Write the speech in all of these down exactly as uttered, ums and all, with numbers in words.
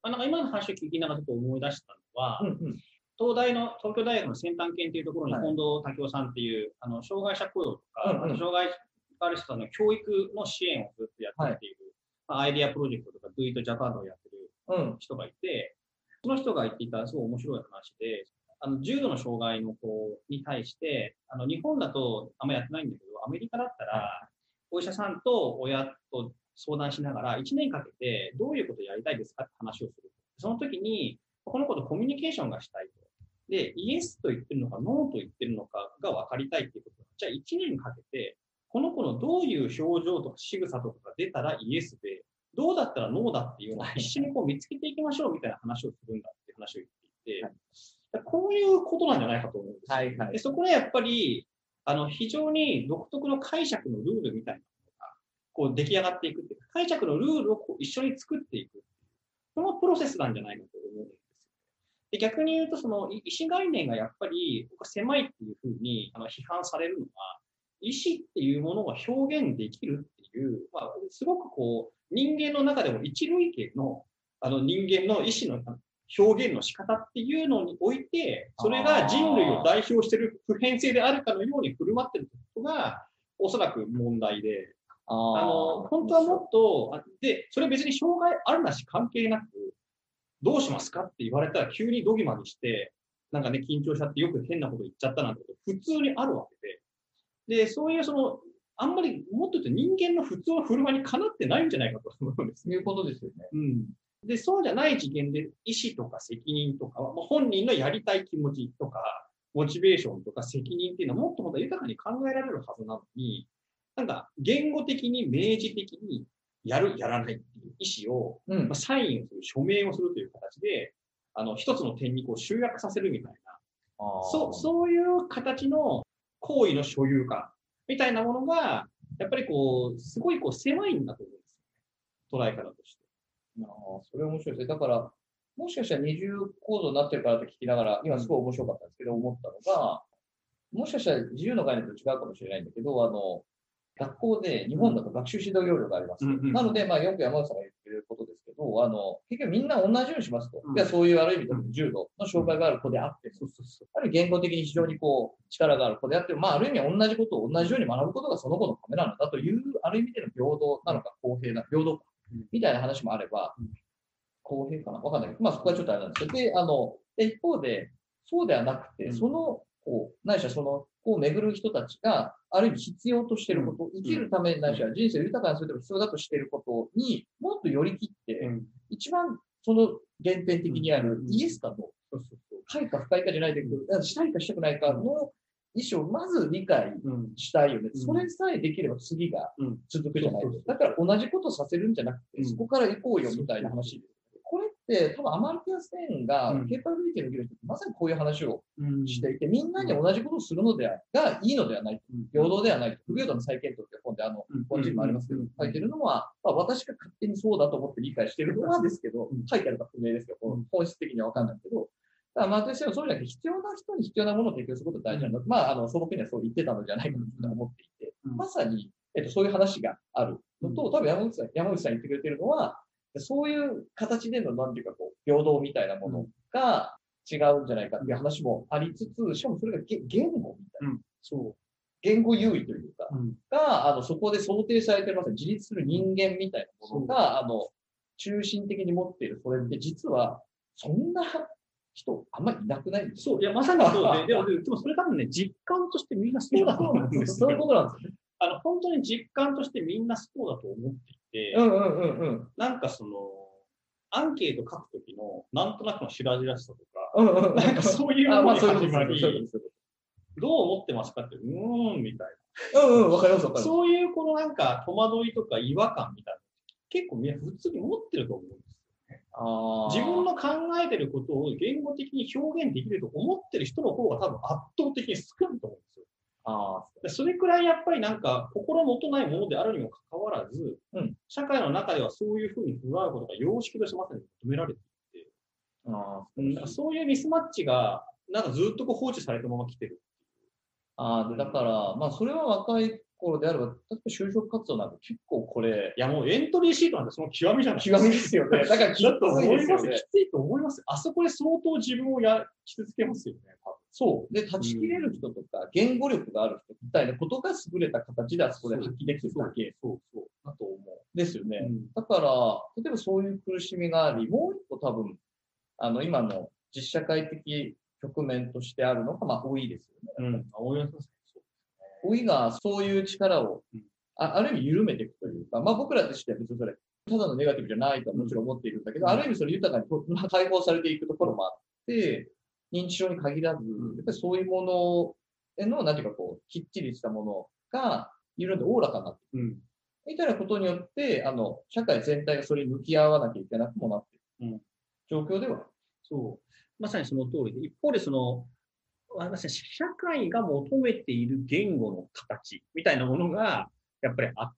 あ、なんか今の話を聞きながらちょっと思い出したのは、 うんうん、 東大の、東京大学の先端研っていうところに、近藤武雄さんっていう、あの障害者雇用とか、うんうん、あと障害がある人の教育の支援をずっとやっている、はい、まあ、アイディアプロジェクトとか、Do It Japan をやってる人がいて、うん、その人が言っていたすごい面白い話で、あの重度の障害の子に対して、あの日本だとあんまやってないんだけど、アメリカだったら、お医者さんと親と相談しながら、いちねんかけてどういうことをやりたいですかって話をする。その時に、この子とコミュニケーションがしたいと。で、イエスと言ってるのか、ノーと言ってるのかが分かりたいっていうこと。じゃあいちねんかけて、この子のどういう表情とか仕草とかが出たらイエスで、どうだったらノーだっていうのを一緒にこう見つけていきましょうみたいな話をするんだっていう話を言っていて、はい、こういうことなんじゃないかと思うんですよ。はいはい、でそこでやっぱり、あの非常に独特の解釈のルールみたいなのがこう出来上がっていくっていうか、解釈のルールをこう一緒に作っていく。このプロセスなんじゃないかと思うんですよ。で逆に言うと、その意思概念がやっぱり狭いっていうふうにあの批判されるのは、意思っていうものが表現できるっていう、まあ、すごくこう人間の中でも一類型のあの人間の意思の表現の仕方っていうのにおいて、それが人類を代表している普遍性であるかのように振る舞っていることがおそらく問題で、あの本当はもっと、でそれ別に障害あるなし関係なく、どうしますかって言われたら急にドギマにして、なんかね、緊張しちゃってよく変なこと言っちゃったなんてこと普通にあるわけで、で、そういうその、あんまりもっと言うと人間の普通の振る舞いにかなってないんじゃないかと思うんです。 いうことですよね。 うん。で、そうじゃない次元で意思とか責任とか、本人のやりたい気持ちとか、モチベーションとか責任っていうのはもっともっと豊かに考えられるはずなのに、なんか言語的に明示的にやる、やらないっていう意思を、うん、まあ、サインをする、署名をするという形で、あの、一つの点にこう集約させるみたいな、そう、そういう形の行為の所有感みたいなものが、やっぱりこう、すごいこう狭いんだと思うんですよね。捉え方として。 ああ、それ面白いですね。だから、もしかしたら二重構造になってるからと聞きながら、今すごい面白かったんですけど、思ったのが、もしかしたら自由の概念と違うかもしれないんだけど、あの、学校で日本だと学習指導要領があります。うんうん、なので、まあ、よく山内さんが言ってることですけど、あの、結局みんな同じようにしますと。うん、いやそういうある意味で重度の障害がある子であって、うん、あるいは言語的に非常にこう、力がある子であって、まあ、ある意味同じことを同じように学ぶことがその子のためなのだという、ある意味での平等なのか、公平な、平等か、みたいな話もあれば、公平かなわかんないけど、まあそこはちょっとあれなんですけど、で、あの、で一方で、そうではなくて、その、こう、ないしはその、こう巡る人たちが、ある意味必要としていること、生きるためないしは人生を豊かにするために必要だとしていることにもっと寄り切って、一番その原点的にあるイエスかと、快か不快かじゃないけど、したいかしたくないかの意思をまず理解したいよね。それさえできれば次が続くじゃないですか。だから同じことさせるんじゃなくて、そこから行こうよみたいな話です。これって多分アマルティア・ステインがケーパビリティの議論ってまさにこういう話をしていて、みんなに同じことをするのではがいいのではない、平等ではない、不平等の再検討って本であの本人もありますけど、書いてるのは、まあ、私が勝手にそうだと思って理解しているのはですけど、書いてあるか不明ですけど、本質的には分かんないけど、だからまあ、としてもそうじゃなくて必要な人に必要なものを提供することが大事なんだ。まあ、あの、素朴にはそう言ってたのじゃないかと思っていて、まさに、えっと、そういう話があるのと、多分山口さん、山口さん言ってくれてるのは、そういう形での、なんていうか、こう、平等みたいなものが違うんじゃないかっていう話もありつつ、しかもそれが言語みたいな、うん、そう、言語優位というか、うん、が、あの、そこで想定されてます、自立する人間みたいなものが、あの、中心的に持っている、それって実は、そんな人、あんまりいなくないんですそう、いや、まさにそうで、でも、でもそれ多分ね、実感としてみんなそうだと思うんですよ。 そういうことなんですよね。 あの、本当に実感としてみんなそうだと思っていて、 うんうんうんうん、 なんかその、アンケート書くときの、なんとなくの白々しさとか、 うんうんうん、 なんかそういうのに始まり、 どう思ってますかって、うーん、みたいな。うんうん、わかりますわかります。 そういうこのなんか戸惑いとか違和感みたいな、結構みんな普通に持ってると思うんですよね。あ、自分の考えてることを言語的に表現できると思ってる人の方が多分圧倒的に少ないと思うんですよ。あ、それくらいやっぱりなんか心もとないものであるにもかかわらず、うん、社会の中ではそういうふうに振る舞うことが様式としてまさに求められていて、あ、なんかそういうミスマッチがなんかずっとこう放置されたまま来てる。 あ、でだから、まあ、それは若いころであれば、例えば就職活動なんか結構これ。 いやもうエントリーシートなんてその極みじゃないですか。極みですよね。だからきついですよね。 きついと思います。あそこで相当自分をやき続けますよね、多分。 そう。で、断ち切れる人とか、言語力がある人みたいなことが優れた形であそこで発揮できてるだけ。そうそう。だと思う。ですよね。うん、だから、例えばそういう苦しみがあり、もう一個多分、あの、今の実社会的局面としてあるのが、まあ、老いですよね。うん。 老いですね。 老いがそういう力を、うん、あ, ある意味緩めていくというか、まあ僕らとしては別にそれ、ただのネガティブじゃないとはもちろん思っているんだけど、うん、ある意味それ豊かに、まあ、解放されていくところもあって、認知症に限らず、やっぱりそういうものへの、なんていうかこう、きっちりしたものが緩んでおおらかになっていく。うん、みたいなことによって、あの、社会全体がそれに向き合わなきゃいけなくもなっている、うん、状況では。 そう。まさにその通りで、一方でその、社会が求めている言語の形みたいなものがやっぱりあって、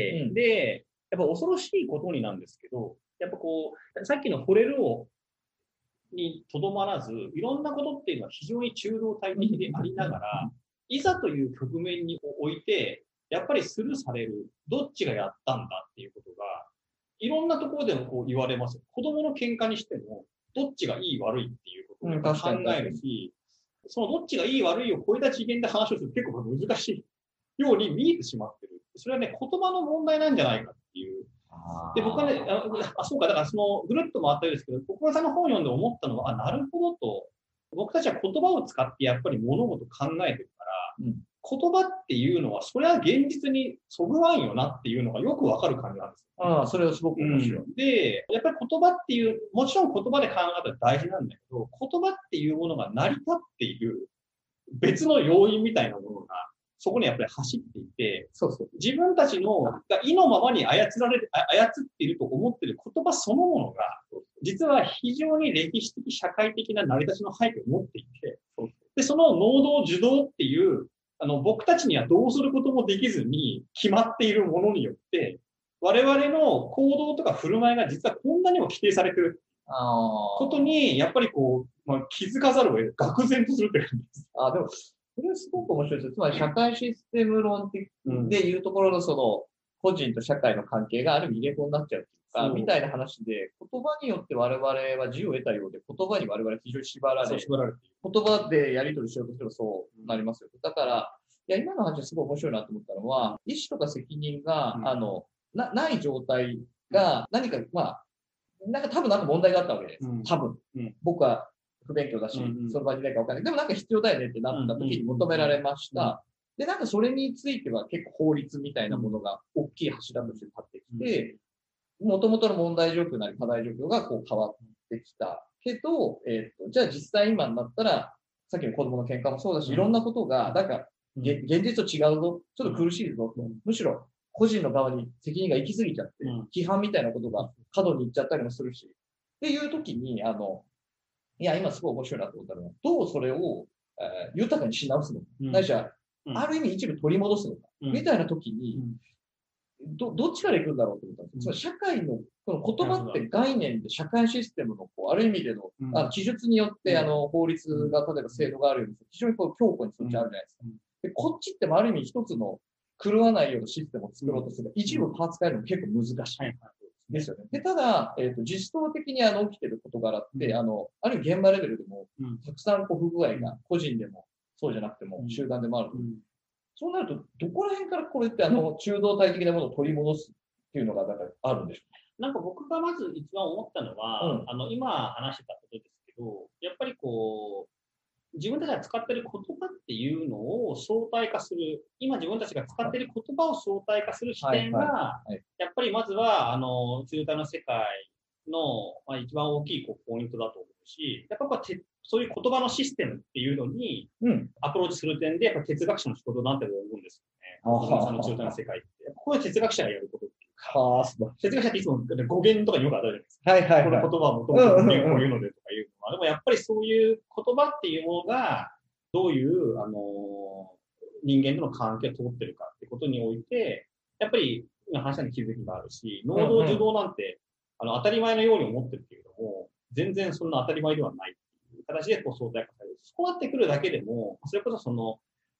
うんうん、で、やっぱ恐ろしいことになんですけど、やっぱこう、さっきの惚れるをにとどまらず、いろんなことっていうのは非常に中道体的でありながら、いざという局面において、やっぱりスルーされる、どっちがやったんだっていうことが、いろんなところでもこう言われます。子供の喧嘩にしても、どっちがいい悪いっていうことを考えるし、そのどっちがいい悪いを超えた次元で話をすると結構難しいように見えてしまってる。それはね、言葉の問題なんじゃないかっていう。で、僕はね、あ、あそうか、だからそのぐるっと回ったようですけど、国分さんの本を読んで思ったのは、あ、なるほどと、僕たちは言葉を使ってやっぱり物事を考えてるから、うん、言葉っていうのは、それは現実にそぐわんよなっていうのがよくわかる感じなんですよ、 ね。ああ、それはすごく面白い、 うん。で、やっぱり言葉っていう、もちろん言葉で考えたら大事なんだけど、言葉っていうものが成り立っている別の要因みたいなものが、そこにやっぱり走っていて、そうそう、自分たちのが意のままに操られて、操っていると思っている言葉そのものが、実は非常に歴史的、社会的な成り立ちの背景を持っていて、で、その能動受動っていう、あの、僕たちにはどうすることもできずに決まっているものによって、我々の行動とか振る舞いが実はこんなにも規定されていることに、やっぱりこう、まあ、気づかざるを得ない、愕然とするという感じです。 あ、でも、それはすごく面白いです。つまり、社会システム論的でいうところの、その、個人と社会の関係がある意味入れ子になっちゃうというか、みたいな話で、言葉によって我々は自由を得たようで、言葉に我々非常に縛られ、 縛られている。言葉でやり取りしようとすればそうなりますよ。だから、いや、今の話はすごい面白いなと思ったのは、意思とか責任が、うん、あの、な、ない状態が何か、まあ、なんか多分なんか問題があったわけです。うん、多分。うん、僕は不勉強だし、うんうん、その場にいないか分かんない。でもなんか必要だよねってなった時に求められました。で、なんかそれについては結構法律みたいなものが大きい柱として立ってきて、もともとの問題状況なり課題状況がこう変わってきたけど、えっと、じゃあ実際今になったら、さっきの子供の喧嘩もそうだし、いろんなことが、なんか、現実と違うぞ、ちょっと苦しいぞ、むしろ個人の側に責任が行き過ぎちゃって、批判みたいなことが過度に行っちゃったりもするし、っていう時に、あの、いや、今すごい面白いなと思ったのは、どうそれを、えー、豊かにし直すのか、うん、ないしは、うん、ある意味一部取り戻すのか、うん、みたいな時に、うん、ど、どっちから行くんだろうと思ったんです。うん、つまり社会の、この言葉って概念で社会システムの、こう、ある意味での、うん、あの記述によって、あの、法律が、例えば制度があるように、非常にこう強固にそっちあるじゃないですか。で、こっちってもある意味一つの狂わないようなシステムを作ろうとする、一部パーツ変えるのも結構難しい。ですよね。で、ただ、えっと、実装的にあの起きてる事柄って、うん、あの、ある意味現場レベルでも、うん、たくさんこう不具合が個人でも、そうじゃなくても、集団でもあると、うん。そうなると、どこら辺からこれってあの、中道体的なものを取り戻すっていうのが、だからあるんでしょうね。なんか僕がまず一番思ったのは、うん、あの、今話してたことですけど、やっぱりこう、自分たちが使っている言葉っていうのを相対化する、今自分たちが使っている言葉を相対化する視点が、はいはいはい、やっぱりまずは、あの、中体の世界の、まあ、一番大きいこうポイントだと思うし、やっぱこうそういう言葉のシステムっていうのに、アプローチする点で、やっぱ哲学者の仕事なんて思うんですよね。その中体の世界って。ここで哲学者がやることっていうか、は哲学者っていつも語源とかによくあるじゃないですか。はいはいはい、この言葉はもともとこういうのでとかいうのは、でもやっぱりそういう言葉っていうものが、どういう、あのー、人間との関係を通ってるかってことにおいて、やっぱり今話したように気づきがあるし、能動受動なんて、うんうん、あの当たり前のように思ってるけれども、全然そんな当たり前ではないっていう形でこう相対化される。そうなってくるだけでも、それこそその、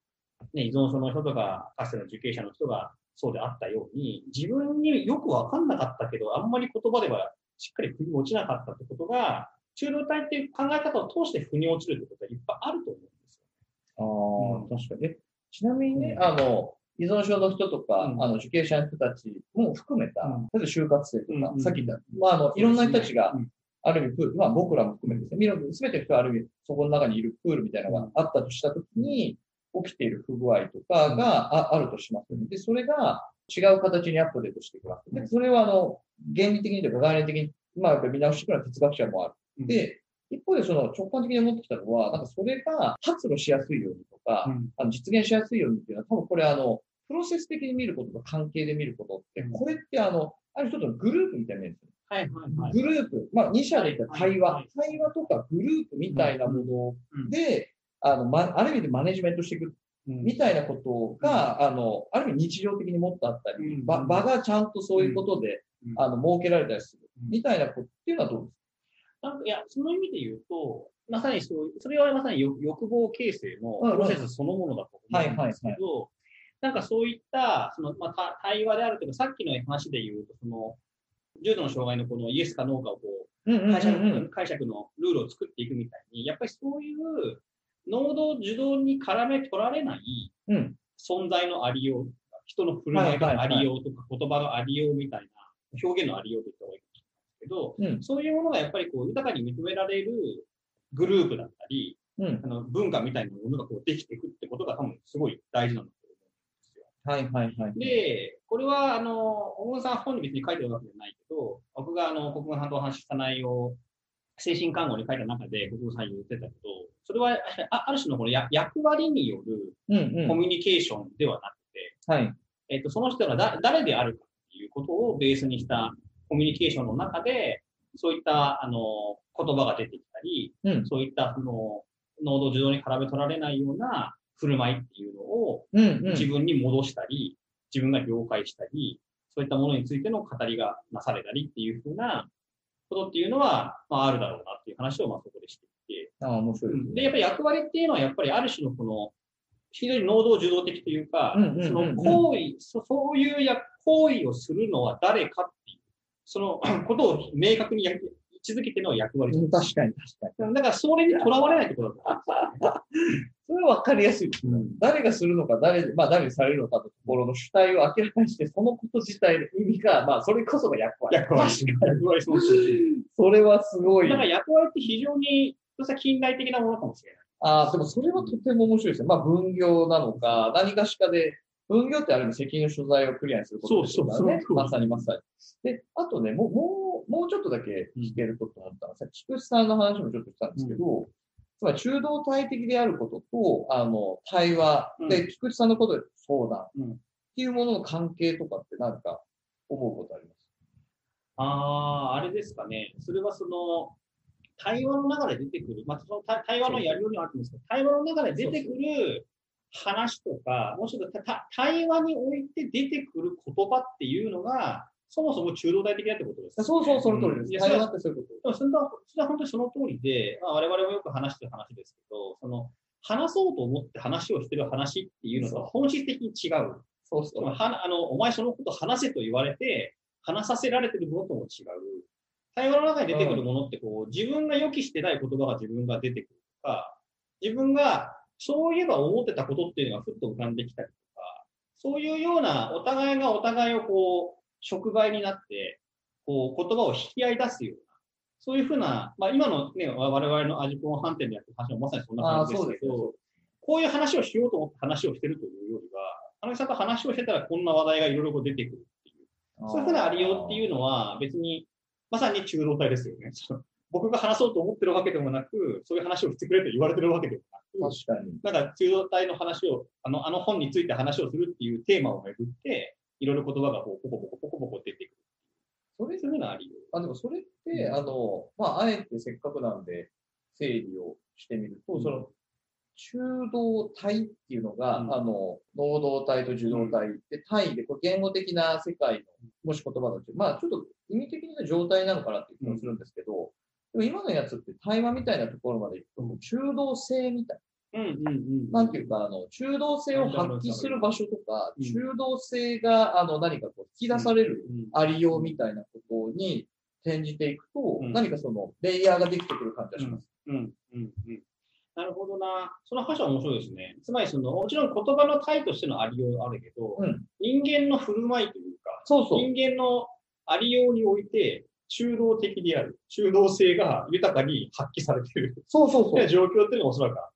ね、依存症の人とか、かつての受刑者の人がそうであったように、自分によくわかんなかったけど、あんまり言葉ではしっかり腑に落ちなかったってことが、中道体っていう考え方を通して腑に落ちるってことはいっぱいあると思うんですよ。ああ、 うん、 確かに。ちなみにね、うん、あの、依存症の人とか、うん、あの受刑者の人たちも含めた、うん、例えば就活生とか、うん、さっき言った、まあ、あの、いろんな人たちが、ある意味プール、まあ僕らも含めてですね、すべての人はある意味、そこの中にいるプールみたいなのがあったとしたときに、起きている不具合とかが あ, あるとしますよね。で、それが違う形にアップデートしていきます。で、それはあの、原理的にというか概念的に、まあやっぱり見直していくのは哲学者もある。で、一方でその直感的に思ってきたのは、なんかそれが発露しやすいようにとか、うん、あの実現しやすいようにっていうのは、多分これあの、プロセス的に見ることと関係で見ることって、これってあの、ある一つのグループみたいな面ですよ。 はいはいはい、 グループ、まあに社で言った対話、はいはいはい、対話とかグループみたいなもので、うんうん、あの、ま、ある意味でマネジメントしていくみたいなことが、うん、あの、ある意味日常的にもっとあったり、うん、場, 場がちゃんとそういうことで、うん、あの、設けられたりする、みたいなことっていうのはどうですか？ なんかいや、その意味で言うと、まさにそう、それはまさに欲望形成のプロセスそのものだと思うんですけど、なんかそういった、その、まあ、対話であるというか、さっきの話で言うと、その、重度の障害のこのイエスかノーかをこう、解釈、解釈のルールを作っていくみたいに、やっぱりそういう能動受動に絡め取られない存在のありよう、人の振る舞いのありようとか、言葉のありようみたいな、表現のありようといった方がいいかもしれないですけど、うん、そういうものがやっぱりこう豊かに認められるグループだったり、うん、あの文化みたいなものがこうできていくってことが多分すごい大事なんだと思うんですよ。 はいはいはい。 で、これはあの、小野さん本に別に書いてるわけじゃないけど、僕があの国分さんとお話しした内容、精神看護に書いた中で国分さん言ってたけど、それはある種のこの役割によるコミュニケーションではなくて、うんうんはいえっと、その人がだ誰であるかっていうことをベースにしたコミュニケーションの中で、そういったあの言葉が出てきたり、うん、そういったその能動受動に絡め取られないような振る舞いっていうのを自分に戻したり、自分が了解したり、そういったものについての語りがなされたりっていうふうなことっていうのは、まあ、あるだろうなっていう話をまあそこでしていて。 ああ、面白いですね。 で、やっぱり役割っていうのはやっぱりある種のこの、非常に能動受動的というか、その行為、そういうや行為をするのは誰かっていう、そのことを明確にや位置づけての役割です。 確かに確かに。 だからそれにとらわれないってことだと思うんですよ。それは分かりやすいですね、うん。誰がするのか、誰、まあ誰にされるのかというところの主体を明らかにして、そのこと自体の意味が、まあそれこそが役割。 役割。役割そうそれはすごい。 だから役割って非常に、そした近代的なものかもしれない。 ああ、でもそれはとても面白いですね。まあ分業なのか、何かしかで、分業ってある意味責任所在をクリアにすることですからね。まさにまさに。で、あとね、もう、もう、もうちょっとだけ聞けると思ったのは、さっき菊池さんの話もちょっとしたんですけど、うん、つまり中道体的であることと、あの、対話、うん、で、菊池さんのことで相談、うん、っていうものの関係とかって何か思うことあります？ ああ、あれですかね。それはその、対話の中で出てくる、まあ、その対話のやりようにはあるんですけど、対話の中で出てくる話とか、もしくは対話において出てくる言葉っていうのが、そもそも中道体的だってことです、ね。 そうそう、その通りです。 対話ってそういうこと。それは、それは本当にその通りで、まあ、我々もよく話してる話ですけど、その、話そうと思って話をしてる話っていうのと本質的に違う。 そうそう。 はあのお前そのこと話せと言われて、話させられてるものとも違う。対話の中に出てくるものってこう、自分が予期してない言葉が自分が出てくるとか、自分がそういえば思ってたことっていうのがふっと浮かんできたりとか、そういうようなお互いがお互いをこう、触媒になって、こう言葉を引き合い出すような、そういうふうな、まあ今のね、我々のアジコン飯店でやってる話もまさにそんな感じですけど、こういう話をしようと思って話をしてるというよりは、あの人と話をしてたらこんな話題がいろいろ出てくるっていう、そういうふうなありようっていうのは別に、まさに中道体ですよね。僕が話そうと思ってるわけでもなく、そういう話をしてくれと言われてるわけでもなく、 確かに。 なんか中道体の話を、あの、あの本について話をするっていうテーマをめぐって、いろいろ言葉がこうポコポコポコポコ出てくる。それ、そういうのありよう。 あ、でもそれって、うん、あの、まあ、あえてせっかくなんで整理をしてみると、うん、その、中道体っていうのが、うん、あの、能動体と受動体で、体で、これ言語的な世界の、もし言葉だと、まあ、ちょっと意味的には状態なのかなっていう気もするんですけど、うん、でも今のやつって対話みたいなところまで行くと、中道性みたいうんうんうん、 なんていうか、あの、中道性を発揮する場所とか、うん、中道性が、あの、何かこう、引き出されるありようみたいなことに転じていくと、うん、何かその、レイヤーができてくる感じがします。 うん、うん、うん。うん、なるほどな。その話は面白いですね。つまりその、もちろん言葉の体としてのありようあるけど、うん、人間の振る舞いというか、 そうそう人間のありようにおいて、中道的である、中道性が豊かに発揮されているそうそうそう状況っていうのがおそらくあって、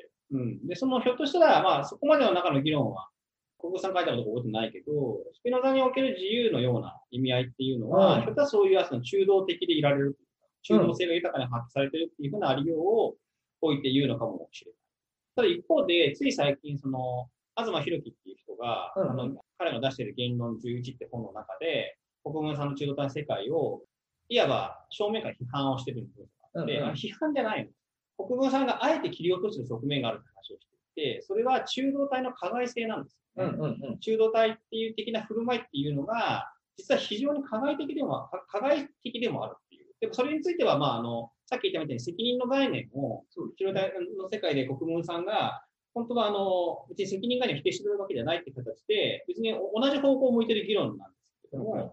うん、で、そのひょっとしたら、まあ、そこまでの中の議論は、国分さん書いたこと覚えてないけど、スピノザにおける自由のような意味合いっていうのは、うん、ひょっとしたらそういうその中道的でいられる、中道性が豊かに発揮されているっていうふうなありようを置いて言うのかもしれない。ただ一方で、つい最近、その、東博樹っていう人が、うん、あの彼の出している言論じゅういちって本の中で、国分さんの中道的な世界を、いわば正面から批判をしているんですよ。で、うんうん、批判じゃないの。国分さんがあえて切り落としている側面があるって話をしていて、それは中道体の加害性なんですよね。うんうんうん、中道体っていう的な振る舞いっていうのが、実は非常に加害的でも、加害的でもあるっていう。でもそれについては、まあ、あの、さっき言ったみたいに責任の概念を、中道体の世界で国分さんが、本当はあの、別に責任概念を否定してるわけじゃないって形で、別に同じ方向を向いてる議論なんですけども、うん、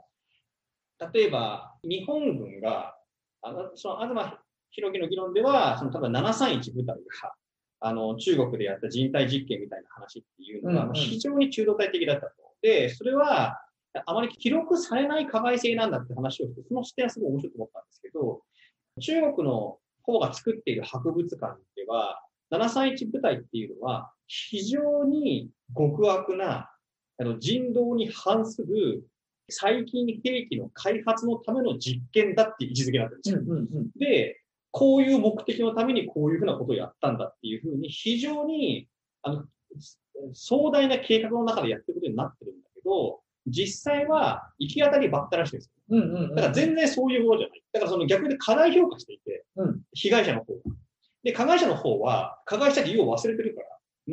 例えば、日本軍が、あの、その、東博樹の議論では、その、多分ななさんいち部隊が、あの、中国でやった人体実験みたいな話っていうのが、非常に中道体的だったと。で、それは、あまり記録されない加害性なんだって話をして、その視点はすごい面白いと思ったんですけど、中国の方が作っている博物館では、ななさんいち部隊っていうのは、非常に極悪なあの人道に反する細菌兵器の開発のための実験だっていう位置づけになってるんですよ。うんうんうん、で、こういう目的のためにこういうふうなことをやったんだっていうふうに、非常にあの壮大な計画の中でやってることになってるんだけど、実際は行き当たりばったらしいんですよ。うんうんうん、だから全然そういうものじゃない。だからその逆で過大評価していて、うん、被害者の方は。で、加害者の方は、加害した理由を忘れてるから、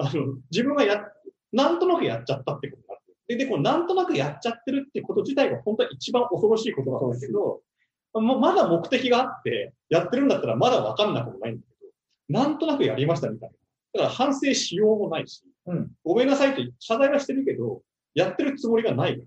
あの自分がや、なんとなくやっちゃったってことになってる。で、で、このなんとなくやっちゃってるってこと自体が本当は一番恐ろしいことなんだけど、ままだ目的があって、やってるんだったらまだわかんなくもないんだけど、なんとなくやりましたみたいな。だから反省しようもないし、うん、ごめんなさいと謝罪はしてるけど、やってるつもりがないから、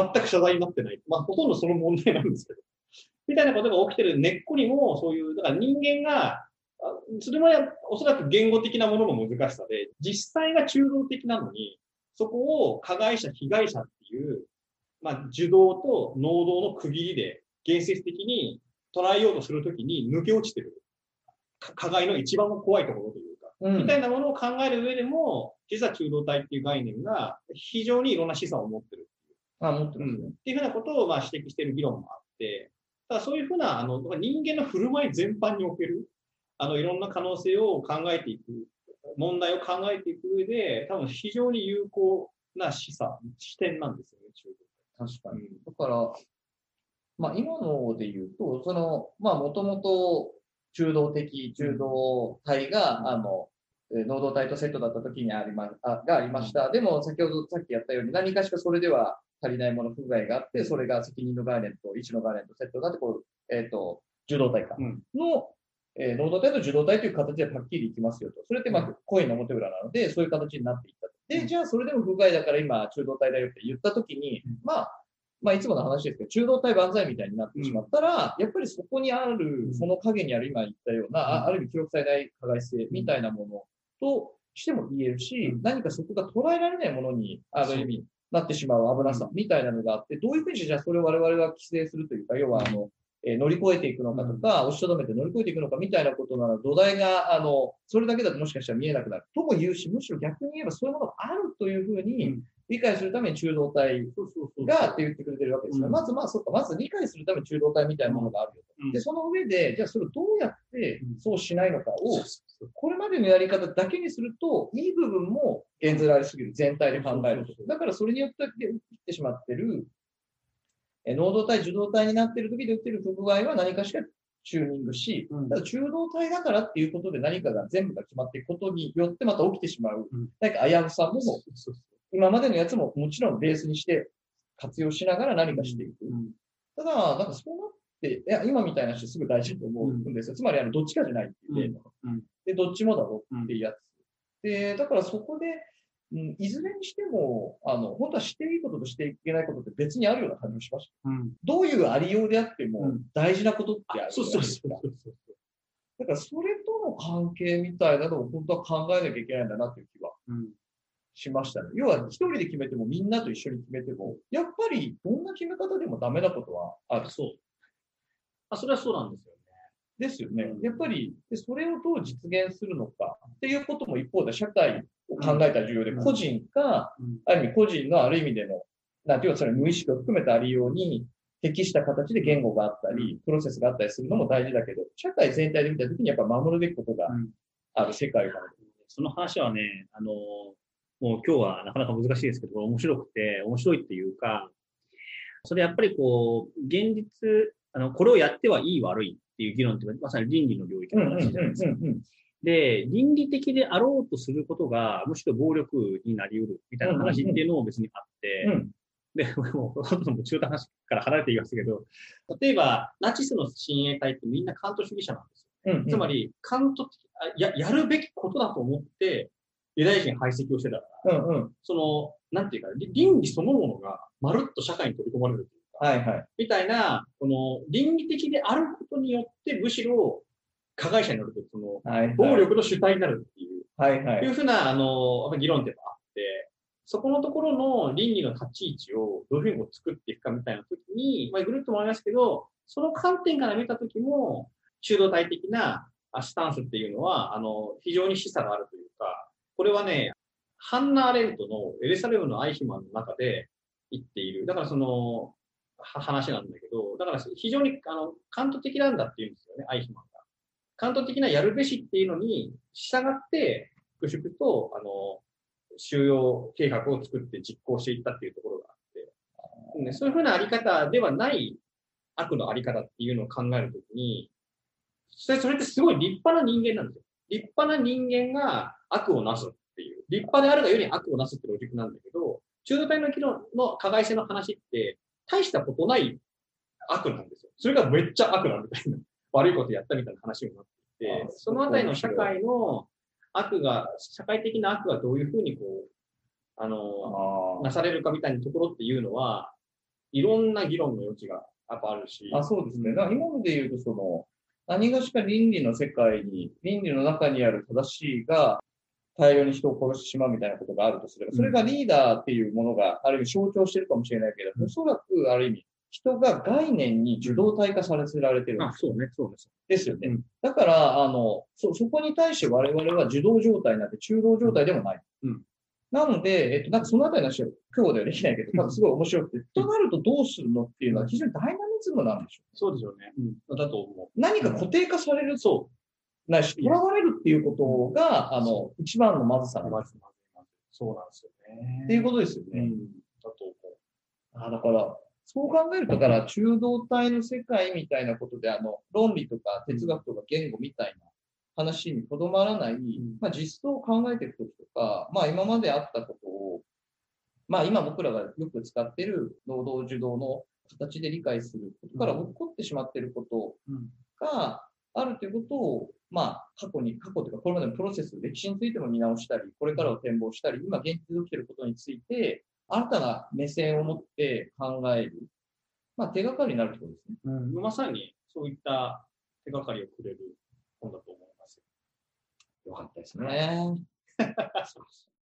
全く謝罪になってない。まあ、ほとんどその問題なんですけど。みたいなことが起きてる根っこにも、そういう、だから人間が、それはおそらく言語的なものの難しさで、実際が中道的なのに、そこを加害者、被害者っていう、まあ、受動と能動の区切りで、現実的に捉えようとするときに抜け落ちてる。加害の一番怖いところというか、うん、みたいなものを考える上でも、実は中道体っていう概念が非常にいろんな示唆を持ってるっていう。 あ、持ってますね。 うん、っていうふうなことをまあ指摘している議論もあって、ただそういうふうなあの人間の振る舞い全般におけるあのいろんな可能性を考えていく、問題を考えていく上で、多分非常に有効な示唆、視点なんですよね、中道。確かに。だから、まあ今ので言うと、その、まあもともと中道的、中道体が、うん、あの、能動体とセットだった時にありま、あがありました。でも先ほどさっきやったように何かしかそれでは足りないもの、不具合があって、それが責任の概念と意思の概念とセットだってこう、えっ、ー、と、受動体かの、うん、えー、能動体と受動体という形ではっきりいきますよと。それってまあ、コインの表裏なので、そういう形になっていったと。で、じゃあそれでも不具合だから今中動体だよって言った時に、まあ、まあ、いつもの話ですけど、中道体万歳みたいになってしまったら、うん、やっぱりそこにある、その影にある今言ったような、うん、あ, ある意味記録されない加害性みたいなものとしても言えるし、うん、何かそこが捉えられないものに、ある意味なってしまう危なさみたいなのがあって、どういうふうにじゃあそれを我々は規制するというか、要はあの、えー、乗り越えていくのかとか、押しとどめて乗り越えていくのかみたいなことなら、土台が、あの、それだけだともしかしたら見えなくなるとも言うし、むしろ逆に言えばそういうものがあるというふうに、理解するために中道体がって言ってくれてるわけですから、まずまあそっか、まず理解するために中道体みたいなものがあるよと。で、その上で、じゃあそれをどうやってそうしないのかを、これまでのやり方だけにすると、いい部分も減ずられすぎる、全体で考えると。だからそれによって起きてしまってる、能動体、受動体になっている時で起きている不具合は何かしらチューニングし、ただ中道体だからっていうことで何かが全部が決まっていくことによってまた起きてしまう、何か危うさも、今までのやつももちろんベースにして活用しながら何かしていく。うん、ただ、なんかそうなって、いや、今みたいな人すぐ大事だと思うんですよ。うん、つまり、あの、どっちかじゃないっていう例とか、うん、で、どっちもだろうっていうやつ。 で、だからそこで、うん、いずれにしても、あの、本当はしていいこととしていけないことって別にあるような感じもしました。うん、どういうありようであっても、大事なことってあるよね。そうそうそうそう。だからそれとの関係みたいなのを本当は考えなきゃいけないんだなっていう気はしましたね。うん、要は一人で決めてもみんなと一緒に決めても、やっぱりどんな決め方でもダメなことはある。そう。 あ、それはそうなんですよね。 ですよね。やっぱり、でそれをどう実現するのかっていうことも一方で社会を考えたら重要で、うん、個人が、うん、ある意味個人のある意味での、なんていうかそれ無意識を含めたありように適した形で言語があったり、プロセスがあったりするのも大事だけど、社会全体で見たときにやっぱ守るべきことがある世界がある。 その話はね、あの、もう今日はなかなか難しいですけど、面白くて、面白いっていうか、それやっぱりこう、現実、あの、これをやってはいい悪いっていう議論ってまさに倫理の領域の話じゃないですか。で、倫理的であろうとすることが、むしろ暴力になり得るみたいな話っていうのも別にあって、うんうんうん、で、もう、ほとんど中途話から離れていますけど、例えば、ナチスの親衛隊ってみんなカント主義者なんですよ。うんうん、つまり、カントや、やるべきことだと思って、ユダヤ人排斥をしてたから、うんうん、その、なんていうか、倫理そのものがまるっと社会に取り込まれるというか、はいはい、みたいな、この倫理的であることによって、むしろ加害者になるという、その、はいはい、暴力の主体になるっていう、はいはい、いうふうな、あの、議論ってあって、そこのところの倫理の立ち位置をどういうふうに作っていくかみたいなときに、まあ、ぐるっと回りますけど、その観点から見たときも、中道体的なスタンスっていうのは、あの、非常に示唆があるというか、これはね、ハンナ・アレントのエルサレムのアイヒマンの中で言っている。だからその話なんだけど、だから非常にあのカント的なんだっていうんですよね、アイヒマンが。カント的なやるべしっていうのに従って、粛々とあの収容計画を作って実行していったっていうところがあって、ね、そういうふうなあり方ではない悪のあり方っていうのを考えるときに、それ、それってすごい立派な人間なんですよ。立派な人間が悪をなすっていう。立派であるがゆえに悪をなすってロジックなんだけど、中道体の議論の加害性の話って、大したことない悪なんですよ。それがめっちゃ悪なんみたいな。悪いことやったみたいな話になっていて、そのあたりの社会の悪が、社会的な悪がどういうふうにこう、あの、なされるかみたいなところっていうのは、いろんな議論の余地がやっぱあるし。 あ、そうですね。だから今ので言うと、その、何がしか倫理の世界に、倫理の中にある正しいが、大量に人を殺してしまうみたいなことがあるとすれば、それがリーダーっていうものがある意味象徴してるかもしれないけど、おそらくある意味、人が概念に受動体化させられてる。 あ、そうね、そうです。 ですよね。うん、だから、あの、そ、そこに対して我々は受動状態なんて中動状態でもない。うん、なので、えっと、なんかそのあたりの話は今日ではできないけど、多分すごい面白くて、となるとどうするのっていうのは非常にダイナミズムなんでしょう。 そうでしょうね。うん。だと思う。 何か固定化されると、ないし、囚われるっていうことが、あの、一番のまずさなんです。 そうなんですよね。 っていうことですよね。うん、だと思う。あ、だから、そう考えると、だから中道体の世界みたいなことで、あの、論理とか哲学とか言語みたいな話にとどまらない、うん、まあ実装を考えていくときとか、まあ今まであったことを、まあ今僕らがよく使っている労働受動の形で理解することから起こってしまっていることがあるということを、まあ過去に、過去というかこれまでのプロセス、歴史についても見直したり、これからを展望したり、今現実で起きていることについて、新たな目線を持って考える、まあ手がかりになるところですね。 うん、まさにそういった手がかりをくれる本だと思います。 よかったですね。そうです